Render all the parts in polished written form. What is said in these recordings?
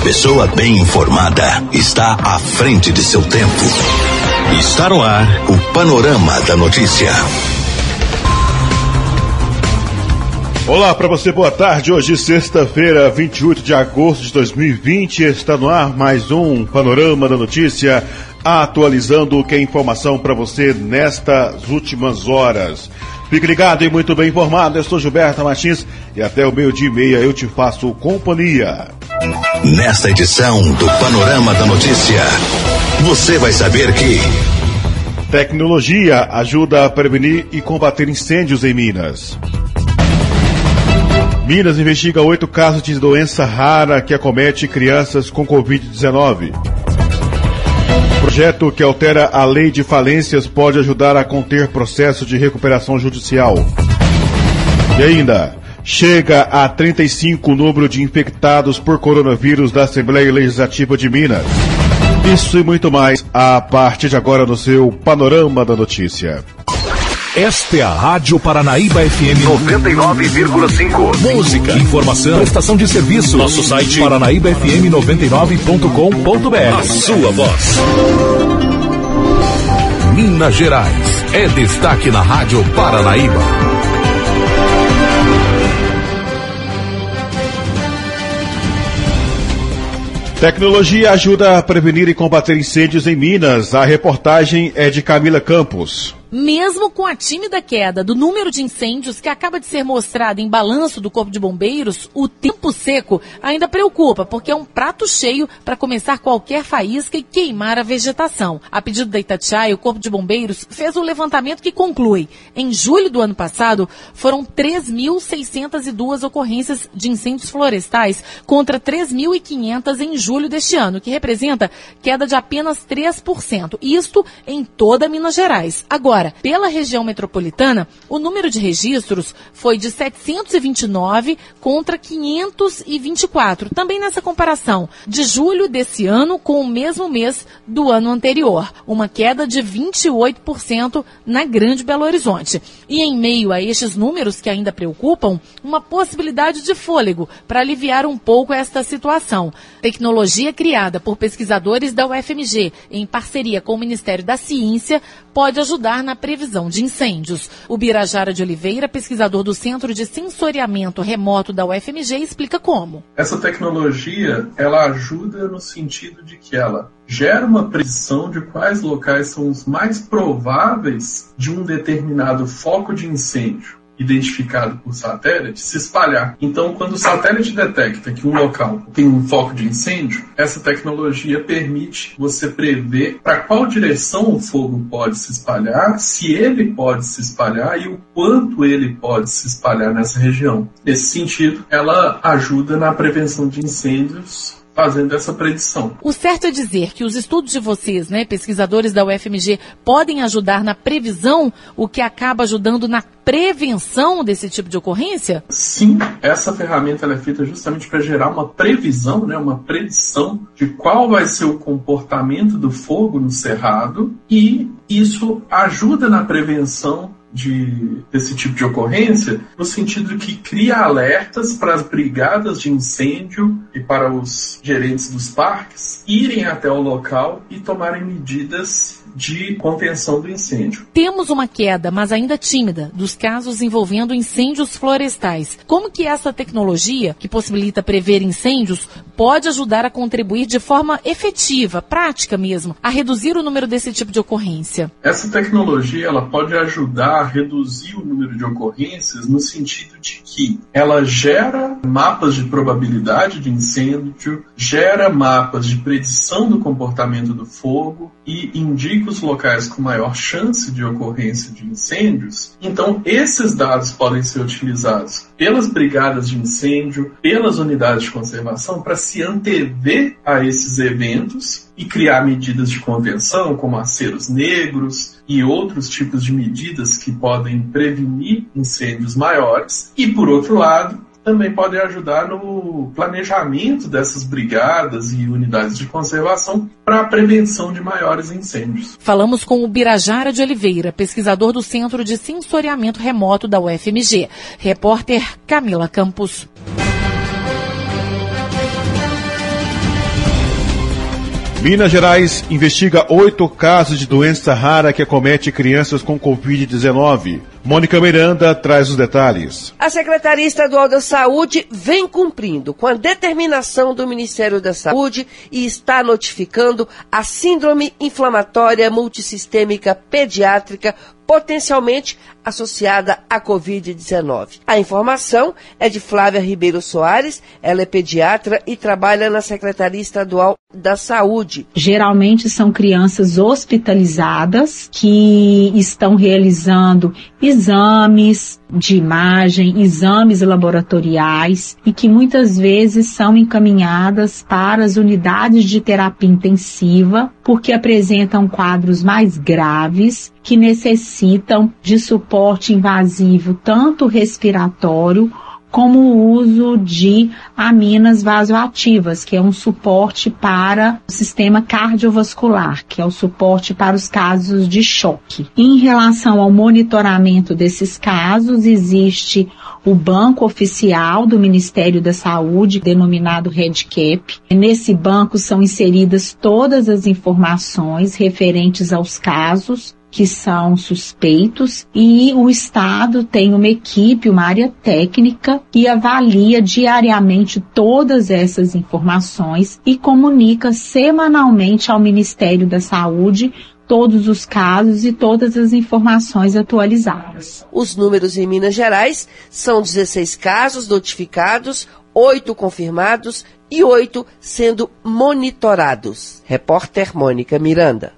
pessoa bem informada está à frente de seu tempo. Está no ar o Panorama da Notícia. Olá para você, boa tarde. Hoje, sexta-feira, 28 de agosto de 2020, está no ar mais um Panorama da Notícia, atualizando o que é informação para você nestas últimas horas. Fique ligado e muito bem informado. Eu sou Gilberto Martins e até o 12:30 eu te faço companhia. Nesta edição do Panorama da Notícia, você vai saber que tecnologia ajuda a prevenir e combater incêndios em Minas. Minas investiga 8 casos de doença rara que acomete crianças com Covid-19. Projeto que altera a lei de falências pode ajudar a conter processo de recuperação judicial. E ainda, chega a 35 o número de infectados por coronavírus da Assembleia Legislativa de Minas. Isso e muito mais a partir de agora no seu Panorama da Notícia. Esta é a Rádio Paranaíba FM 99,5. Música, informação, prestação de serviço. Nosso site paranaíbafm99.com.br. A sua voz. Minas Gerais é destaque na Rádio Paranaíba. Tecnologia ajuda a prevenir e combater incêndios em Minas. A reportagem é de Camila Campos. Mesmo com a tímida queda do número de incêndios que acaba de ser mostrada em balanço do Corpo de Bombeiros, o tempo seco ainda preocupa, porque é um prato cheio para começar qualquer faísca e queimar a vegetação. A pedido da Itatiaia, o Corpo de Bombeiros fez um levantamento que conclui: em julho do ano passado, foram 3.602 ocorrências de incêndios florestais contra 3.500 em julho deste ano, que representa queda de apenas 3%. Isto em toda Minas Gerais. Agora, pela região metropolitana, o número de registros foi de 729 contra 524. Também nessa comparação de julho desse ano com o mesmo mês do ano anterior. Uma queda de 28% na Grande Belo Horizonte. E em meio a estes números que ainda preocupam, uma possibilidade de fôlego para aliviar um pouco esta situação. Tecnologia criada por pesquisadores da UFMG em parceria com o Ministério da Ciência pode ajudar na previsão de incêndios. O Birajara de Oliveira, pesquisador do Centro de Sensoriamento Remoto da UFMG, explica como. Essa tecnologia, ela ajuda no sentido de que ela gera uma previsão de quais locais são os mais prováveis de um determinado foco de incêndio identificado por satélite se espalhar. Então, quando o satélite detecta que um local tem um foco de incêndio, essa tecnologia permite você prever para qual direção o fogo pode se espalhar, se ele pode se espalhar e o quanto ele pode se espalhar nessa região. Nesse sentido, ela ajuda na prevenção de incêndios, fazendo essa predição. O certo é dizer que os estudos de vocês, pesquisadores da UFMG, podem ajudar na previsão, o que acaba ajudando na prevenção desse tipo de ocorrência? Sim, essa ferramenta ela é feita justamente para gerar uma previsão, uma predição de qual vai ser o comportamento do fogo no cerrado, e isso ajuda na prevenção desse tipo de ocorrência, no sentido que cria alertas para as brigadas de incêndio e para os gerentes dos parques irem até o local e tomarem medidas de contenção do incêndio. Temos uma queda, mas ainda tímida, dos casos envolvendo incêndios florestais. Como que essa tecnologia, que possibilita prever incêndios, pode ajudar a contribuir de forma efetiva, prática mesmo, a reduzir o número desse tipo de ocorrência? Essa tecnologia ela pode ajudar a reduzir o número de ocorrências no sentido de que ela gera mapas de probabilidade de incêndio, gera mapas de predição do comportamento do fogo e indica os locais com maior chance de ocorrência de incêndios. Então, esses dados podem ser utilizados pelas brigadas de incêndio, pelas unidades de conservação, para se antever a esses eventos e criar medidas de contenção, como aceros negros e outros tipos de medidas que podem prevenir incêndios maiores. E, por outro lado, também podem ajudar no planejamento dessas brigadas e unidades de conservação para a prevenção de maiores incêndios. Falamos com o Birajara de Oliveira, pesquisador do Centro de Sensoriamento Remoto da UFMG. Repórter Camila Campos. Minas Gerais investiga 8 casos de doença rara que acomete crianças com Covid-19. Mônica Miranda traz os detalhes. A Secretaria Estadual da Saúde vem cumprindo com a determinação do Ministério da Saúde e está notificando a Síndrome Inflamatória Multissistêmica Pediátrica potencialmente associada à Covid-19. A informação é de Flávia Ribeiro Soares, ela é pediatra e trabalha na Secretaria Estadual da Saúde. Geralmente são crianças hospitalizadas que estão realizando exames de imagem, exames laboratoriais e que muitas vezes são encaminhadas para as unidades de terapia intensiva porque apresentam quadros mais graves que necessitam de suporte invasivo tanto respiratório como o uso de aminas vasoativas, que é um suporte para o sistema cardiovascular, que é o suporte para os casos de choque. Em relação ao monitoramento desses casos, existe o banco oficial do Ministério da Saúde, denominado REDCap. Nesse banco são inseridas todas as informações referentes aos casos que são suspeitos, e o Estado tem uma equipe, uma área técnica que avalia diariamente todas essas informações e comunica semanalmente ao Ministério da Saúde todos os casos e todas as informações atualizadas. Os números em Minas Gerais são 16 casos notificados, 8 confirmados e 8 sendo monitorados. Repórter Mônica Miranda.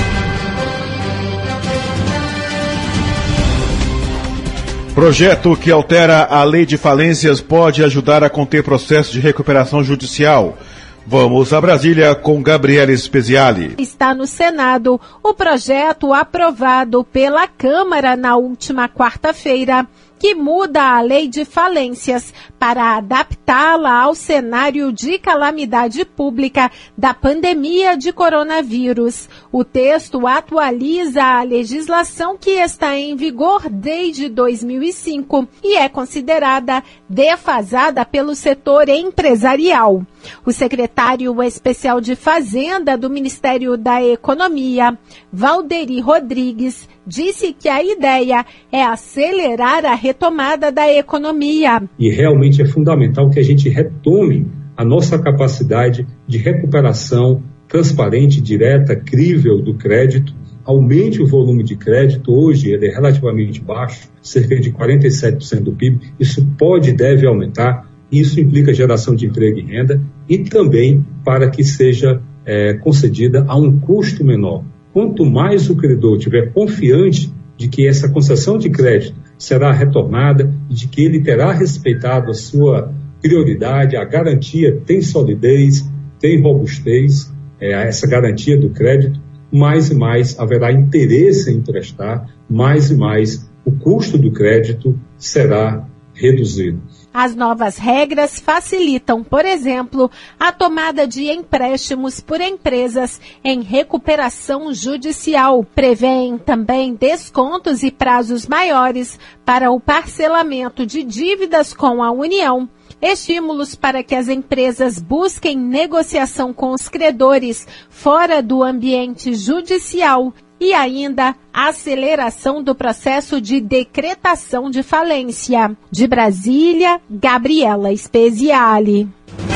Projeto que altera a lei de falências pode ajudar a conter processo de recuperação judicial. Vamos a Brasília com Gabriela Speziale. Está no Senado o projeto aprovado pela Câmara na última quarta-feira, que muda a lei de falências para adaptá-la ao cenário de calamidade pública da pandemia de coronavírus. O texto atualiza a legislação que está em vigor desde 2005 e é considerada defasada pelo setor empresarial. O secretário especial de Fazenda do Ministério da Economia, Valderi Rodrigues, disse que a ideia é acelerar a retomada da economia. E realmente é fundamental que a gente retome a nossa capacidade de recuperação transparente, direta, crível do crédito, aumente o volume de crédito. Hoje ele é relativamente baixo, cerca de 47% do PIB. Isso pode e deve aumentar. Isso implica geração de emprego e renda e também para que seja concedida a um custo menor. Quanto mais o credor estiver confiante de que essa concessão de crédito será retornada e de que ele terá respeitado a sua prioridade, a garantia tem solidez, tem robustez, essa garantia do crédito, mais e mais haverá interesse em emprestar, mais e mais o custo do crédito será reduzido. As novas regras facilitam, por exemplo, a tomada de empréstimos por empresas em recuperação judicial. Prevêem também descontos e prazos maiores para o parcelamento de dívidas com a União, estímulos para que as empresas busquem negociação com os credores fora do ambiente judicial e ainda a aceleração do processo de decretação de falência. De Brasília, Gabriela Speziale.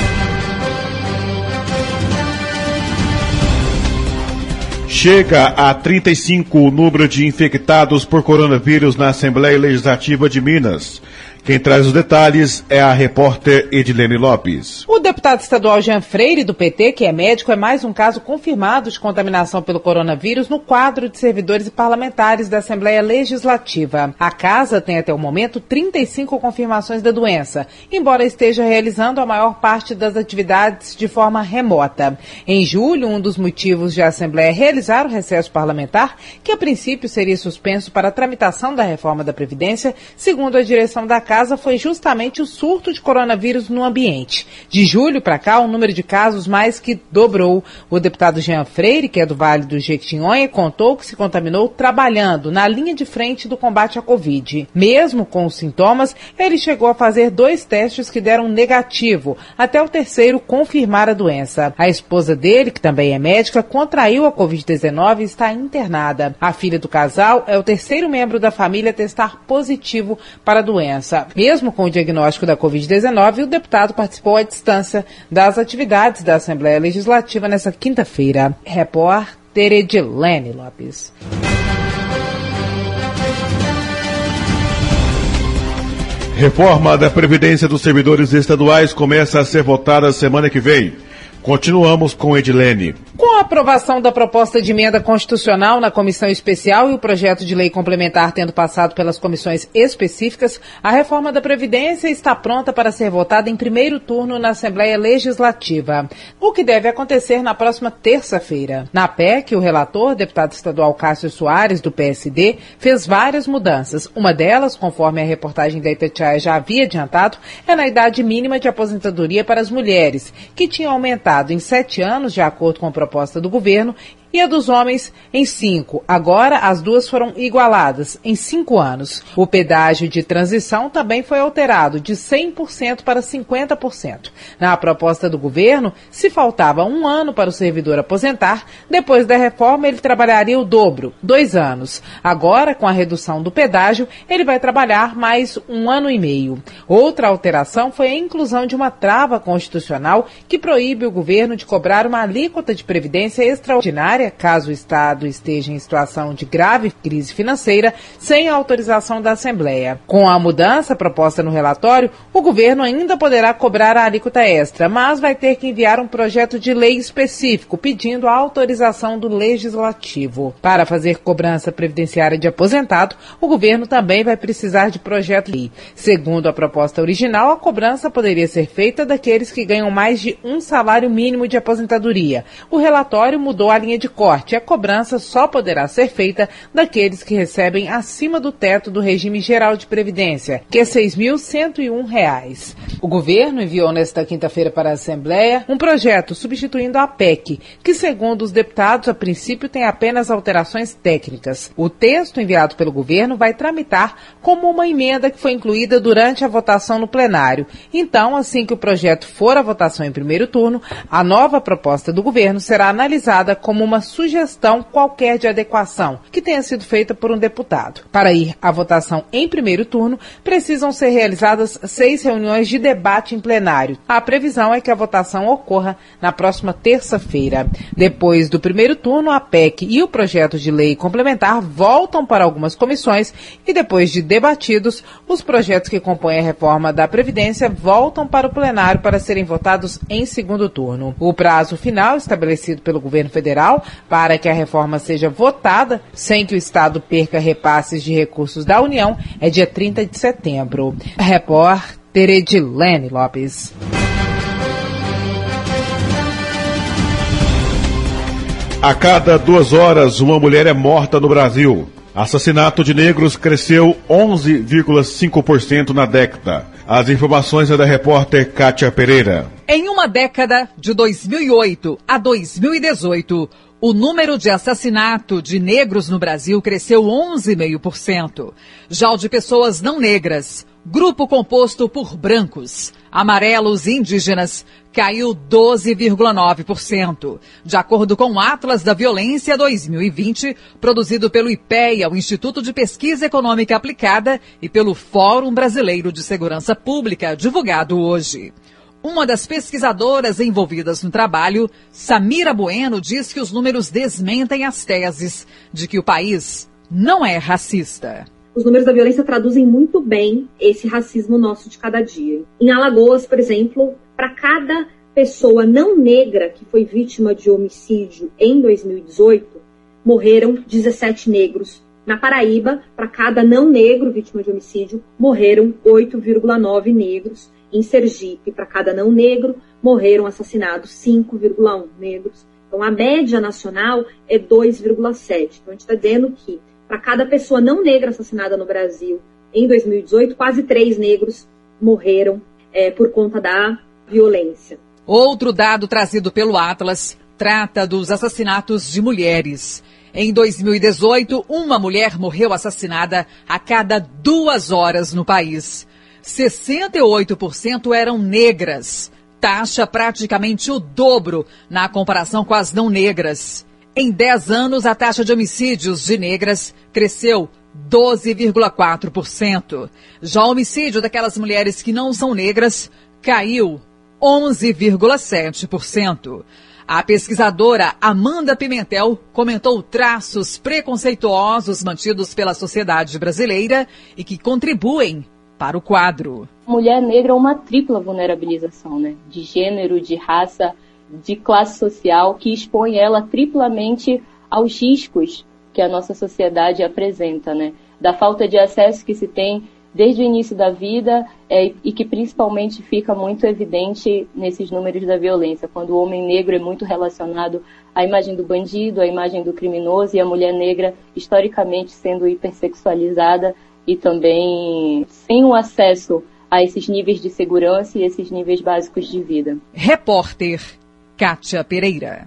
Chega a 35 o número de infectados por coronavírus na Assembleia Legislativa de Minas. Quem traz os detalhes é a repórter Edilene Lopes. O deputado estadual Jean Freire, do PT, que é médico, é mais um caso confirmado de contaminação pelo coronavírus no quadro de servidores e parlamentares da Assembleia Legislativa. A casa tem até o momento 35 confirmações da doença, embora esteja realizando a maior parte das atividades de forma remota. Em julho, um dos motivos de a Assembleia realizar o recesso parlamentar, que a princípio seria suspenso para a tramitação da reforma da Previdência, segundo a direção da Casa, casa foi justamente o surto de coronavírus no ambiente. De julho para cá, o número de casos mais que dobrou. O deputado Jean Freire, que é do Vale do Jequitinhonha, contou que se contaminou trabalhando na linha de frente do combate à Covid. Mesmo com os sintomas, ele chegou a fazer 2 testes que deram negativo, até o terceiro confirmar a doença. A esposa dele, que também é médica, contraiu a Covid-19 e está internada. A filha do casal é o terceiro membro da família a testar positivo para a doença. Mesmo com o diagnóstico da Covid-19, o deputado participou à distância das atividades da Assembleia Legislativa nesta quinta-feira. Repórter Edilene Lopes. Reforma da Previdência dos Servidores Estaduais começa a ser votada semana que vem. Continuamos com Edilene. Com a aprovação da proposta de emenda constitucional na comissão especial e o projeto de lei complementar tendo passado pelas comissões específicas, a reforma da Previdência está pronta para ser votada em primeiro turno na Assembleia Legislativa, o que deve acontecer na próxima terça-feira. Na PEC, o relator, deputado estadual Cássio Soares, do PSD, fez várias mudanças. Uma delas, conforme a reportagem da Itatiaia já havia adiantado, é na idade mínima de aposentadoria para as mulheres, que tinha aumentado em 7 anos, de acordo com a proposta do governo, e a dos homens em 5. Agora, as duas foram igualadas em 5 anos. O pedágio de transição também foi alterado de 100% para 50%. Na proposta do governo, se faltava 1 ano para o servidor aposentar, depois da reforma ele trabalharia o dobro, 2 anos. Agora, com a redução do pedágio, ele vai trabalhar mais 1 ano e meio. Outra alteração foi a inclusão de uma trava constitucional que proíbe o governo de cobrar uma alíquota de previdência extraordinária caso o Estado esteja em situação de grave crise financeira, sem a autorização da Assembleia. Com a mudança proposta no relatório, o governo ainda poderá cobrar a alíquota extra, mas vai ter que enviar um projeto de lei específico, pedindo a autorização do Legislativo. Para fazer cobrança previdenciária de aposentado, o governo também vai precisar de projeto de lei. Segundo a proposta original, a cobrança poderia ser feita daqueles que ganham mais de 1 salário mínimo de aposentadoria. O relatório mudou a linha de corte. A cobrança só poderá ser feita daqueles que recebem acima do teto do regime geral de previdência, que é R$ 6.101. O governo enviou nesta quinta-feira para a Assembleia um projeto substituindo a PEC, que, segundo os deputados, a princípio tem apenas alterações técnicas. O texto enviado pelo governo vai tramitar como uma emenda que foi incluída durante a votação no plenário. Então, assim que o projeto for à votação em primeiro turno, a nova proposta do governo será analisada como uma sugestão qualquer de adequação que tenha sido feita por um deputado. Para ir à votação em primeiro turno, precisam ser realizadas 6 reuniões de debate em plenário. A previsão é que a votação ocorra na próxima terça-feira. Depois do primeiro turno, a PEC e o projeto de lei complementar voltam para algumas comissões e, depois de debatidos, os projetos que compõem a reforma da Previdência voltam para o plenário para serem votados em segundo turno. O prazo final estabelecido pelo governo federal para que a reforma seja votada sem que o Estado perca repasses de recursos da União é dia 30 de setembro. Repórter Edilene Lopes. A cada 2 horas, uma mulher é morta no Brasil. Assassinato de negros cresceu 11,5% na década. As informações é da repórter Kátia Pereira. Em uma década, de 2008 a 2018, o número de assassinato de negros no Brasil cresceu 11,5%. Já o de pessoas não negras, grupo composto por brancos, amarelos e indígenas, caiu 12,9%. De acordo com o Atlas da Violência 2020, produzido pelo IPEA, o Instituto de Pesquisa Econômica Aplicada, e pelo Fórum Brasileiro de Segurança Pública, divulgado hoje. Uma das pesquisadoras envolvidas no trabalho, Samira Bueno, diz que os números desmentem as teses de que o país não é racista. Os números da violência traduzem muito bem esse racismo nosso de cada dia. Em Alagoas, por exemplo, para cada pessoa não negra que foi vítima de homicídio em 2018, morreram 17 negros. Na Paraíba, para cada não negro vítima de homicídio, morreram 8,9 negros. Em Sergipe, para cada não negro, morreram assassinados 5,1 negros. Então, a média nacional é 2,7. Então, a gente está dizendo que para cada pessoa não negra assassinada no Brasil, em 2018, quase 3 negros morreram por conta da violência. Outro dado trazido pelo Atlas trata dos assassinatos de mulheres. Em 2018, uma mulher morreu assassinada a cada 2 horas no país. 68% eram negras, taxa praticamente o dobro na comparação com as não negras. Em 10 anos, a taxa de homicídios de negras cresceu 12,4%. Já o homicídio daquelas mulheres que não são negras caiu 11,7%. A pesquisadora Amanda Pimentel comentou traços preconceituosos mantidos pela sociedade brasileira e que contribuem para o quadro. Mulher negra é uma tripla vulnerabilização, né? De gênero, de raça, de classe social, que expõe ela triplamente aos riscos que a nossa sociedade apresenta, né? Da falta de acesso que se tem desde o início da vida e que principalmente fica muito evidente nesses números da violência, quando o homem negro é muito relacionado à imagem do bandido, à imagem do criminoso, e a mulher negra historicamente sendo hipersexualizada e também sem o acesso a esses níveis de segurança e esses níveis básicos de vida. Repórter Kátia Pereira.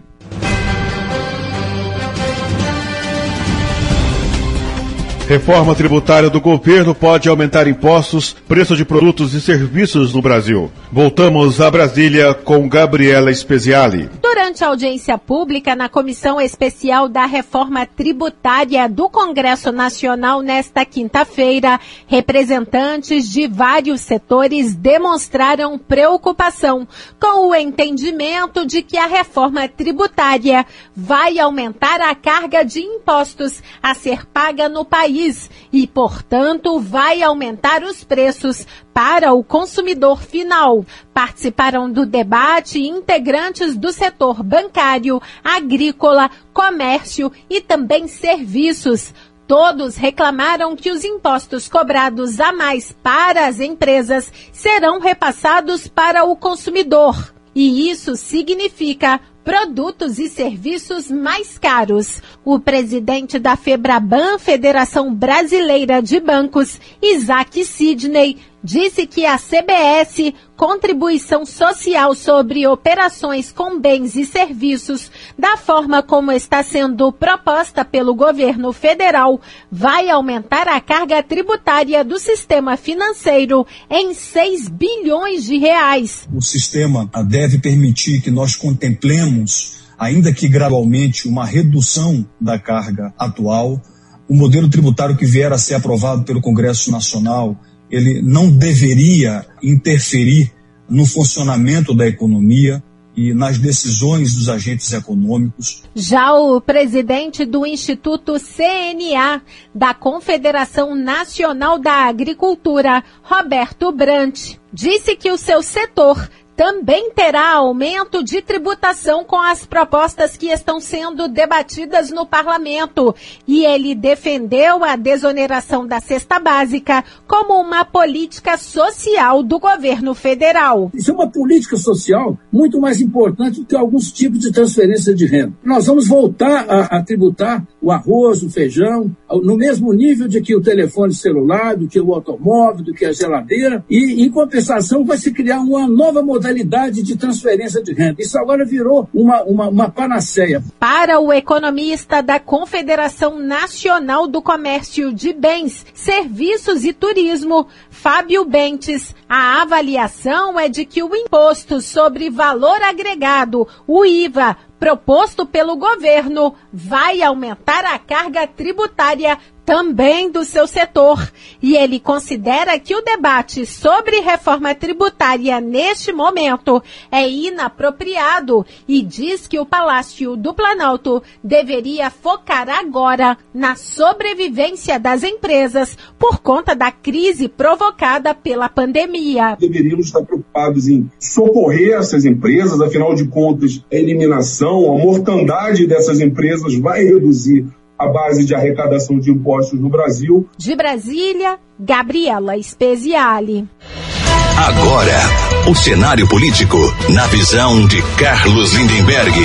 Reforma tributária do governo pode aumentar impostos, preço de produtos e serviços no Brasil. Voltamos a Brasília com Gabriela Speziale. Durante a audiência pública na Comissão Especial da Reforma Tributária do Congresso Nacional nesta quinta-feira, representantes de vários setores demonstraram preocupação com o entendimento de que a reforma tributária vai aumentar a carga de impostos a ser paga no país e, portanto, vai aumentar os preços para o consumidor final. Participaram do debate integrantes do setor bancário, agrícola, comércio e também serviços. Todos reclamaram que os impostos cobrados a mais para as empresas serão repassados para o consumidor. E isso significa produtos e serviços mais caros. O presidente da FEBRABAN, Federação Brasileira de Bancos, Isaac Sidney, disse que a CBS, Contribuição Social sobre Operações com Bens e Serviços, da forma como está sendo proposta pelo governo federal, vai aumentar a carga tributária do sistema financeiro em 6 bilhões de reais. O sistema deve permitir que nós contemplemos, ainda que gradualmente, uma redução da carga atual. O modelo tributário que vier a ser aprovado pelo Congresso Nacional, ele não deveria interferir no funcionamento da economia e nas decisões dos agentes econômicos. Já o presidente do Instituto CNA, da Confederação Nacional da Agricultura, Roberto Brant, disse que o seu setor também terá aumento de tributação com as propostas que estão sendo debatidas no parlamento. E ele defendeu a desoneração da cesta básica como uma política social do governo federal. Isso é uma política social muito mais importante do que alguns tipos de transferência de renda. Nós vamos voltar a tributar o arroz, o feijão, no mesmo nível de que o telefone celular, do que o automóvel, do que a geladeira, e em compensação vai se criar uma nova modalidade de transferência de renda. Isso agora virou uma panaceia. Para o economista da Confederação Nacional do Comércio de Bens, Serviços e Turismo, Fábio Bentes, a avaliação é de que o imposto sobre valor agregado, o IVA, proposto pelo governo, vai aumentar a carga tributária também do seu setor. E ele considera que o debate sobre reforma tributária neste momento é inapropriado e diz que o Palácio do Planalto deveria focar agora na sobrevivência das empresas por conta da crise provocada pela pandemia. Deveríamos estar preocupados em socorrer essas empresas, afinal de contas, a eliminação, a mortandade dessas empresas vai reduzir a base de arrecadação de impostos no Brasil. De Brasília, Gabriela Speziale. Agora, o cenário político na visão de Carlos Lindenberg.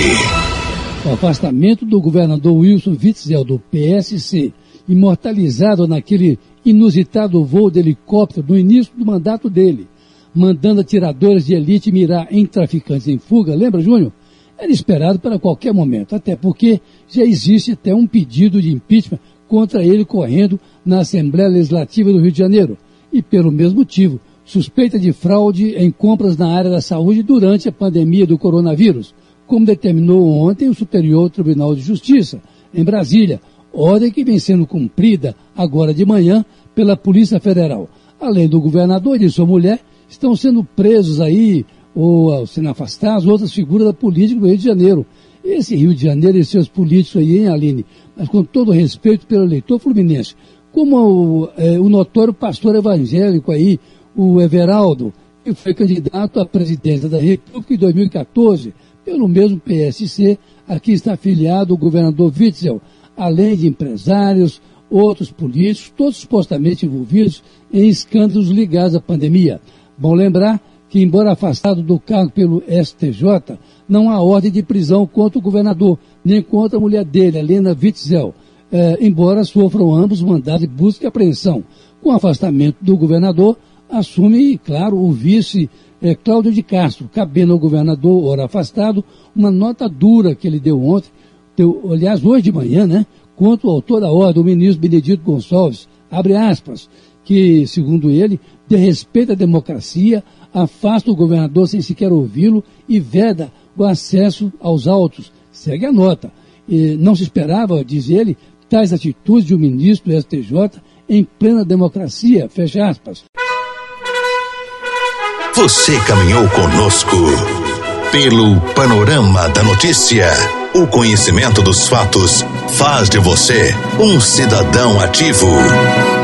O afastamento do governador Wilson Witzel do PSC, imortalizado naquele inusitado voo de helicóptero no início do mandato dele, mandando atiradores de elite mirar em traficantes em fuga, lembra, Júnior? Era esperado para qualquer momento, até porque já existe até um pedido de impeachment contra ele correndo na Assembleia Legislativa do Rio de Janeiro. E pelo mesmo motivo, suspeita de fraude em compras na área da saúde durante a pandemia do coronavírus, como determinou ontem o Superior Tribunal de Justiça, em Brasília, ordem que vem sendo cumprida agora de manhã pela Polícia Federal. Além do governador e de sua mulher, estão sendo presos aí, ou sendo afastados, outras figuras da política do Rio de Janeiro. Esse Rio de Janeiro e seus políticos aí, hein, Aline? Mas com todo respeito pelo eleitor fluminense, como o notório pastor evangélico aí, o Everaldo, que foi candidato à presidência da República em 2014, pelo mesmo PSC, aqui está afiliado o governador Witzel, além de empresários, outros políticos, todos supostamente envolvidos em escândalos ligados à pandemia. Bom lembrar que, embora afastado do cargo pelo STJ, não há ordem de prisão contra o governador, nem contra a mulher dele, Helena Witzel, embora sofram ambos mandados de busca e apreensão. Com o afastamento do governador, assume, claro, o vice Cláudio de Castro, cabendo ao governador, ora afastado, uma nota dura que ele deu ontem, aliás, hoje de manhã, né, contra o autor da ordem, o ministro Benedito Gonçalves, abre aspas, que, segundo ele, desrespeita a democracia, afasta o governador sem sequer ouvi-lo e veda o acesso aos autos. Segue a nota. Não se esperava, diz ele, tais atitudes de um ministro do STJ em plena democracia, fecha aspas. Você caminhou conosco pelo panorama da notícia. O conhecimento dos fatos faz de você um cidadão ativo.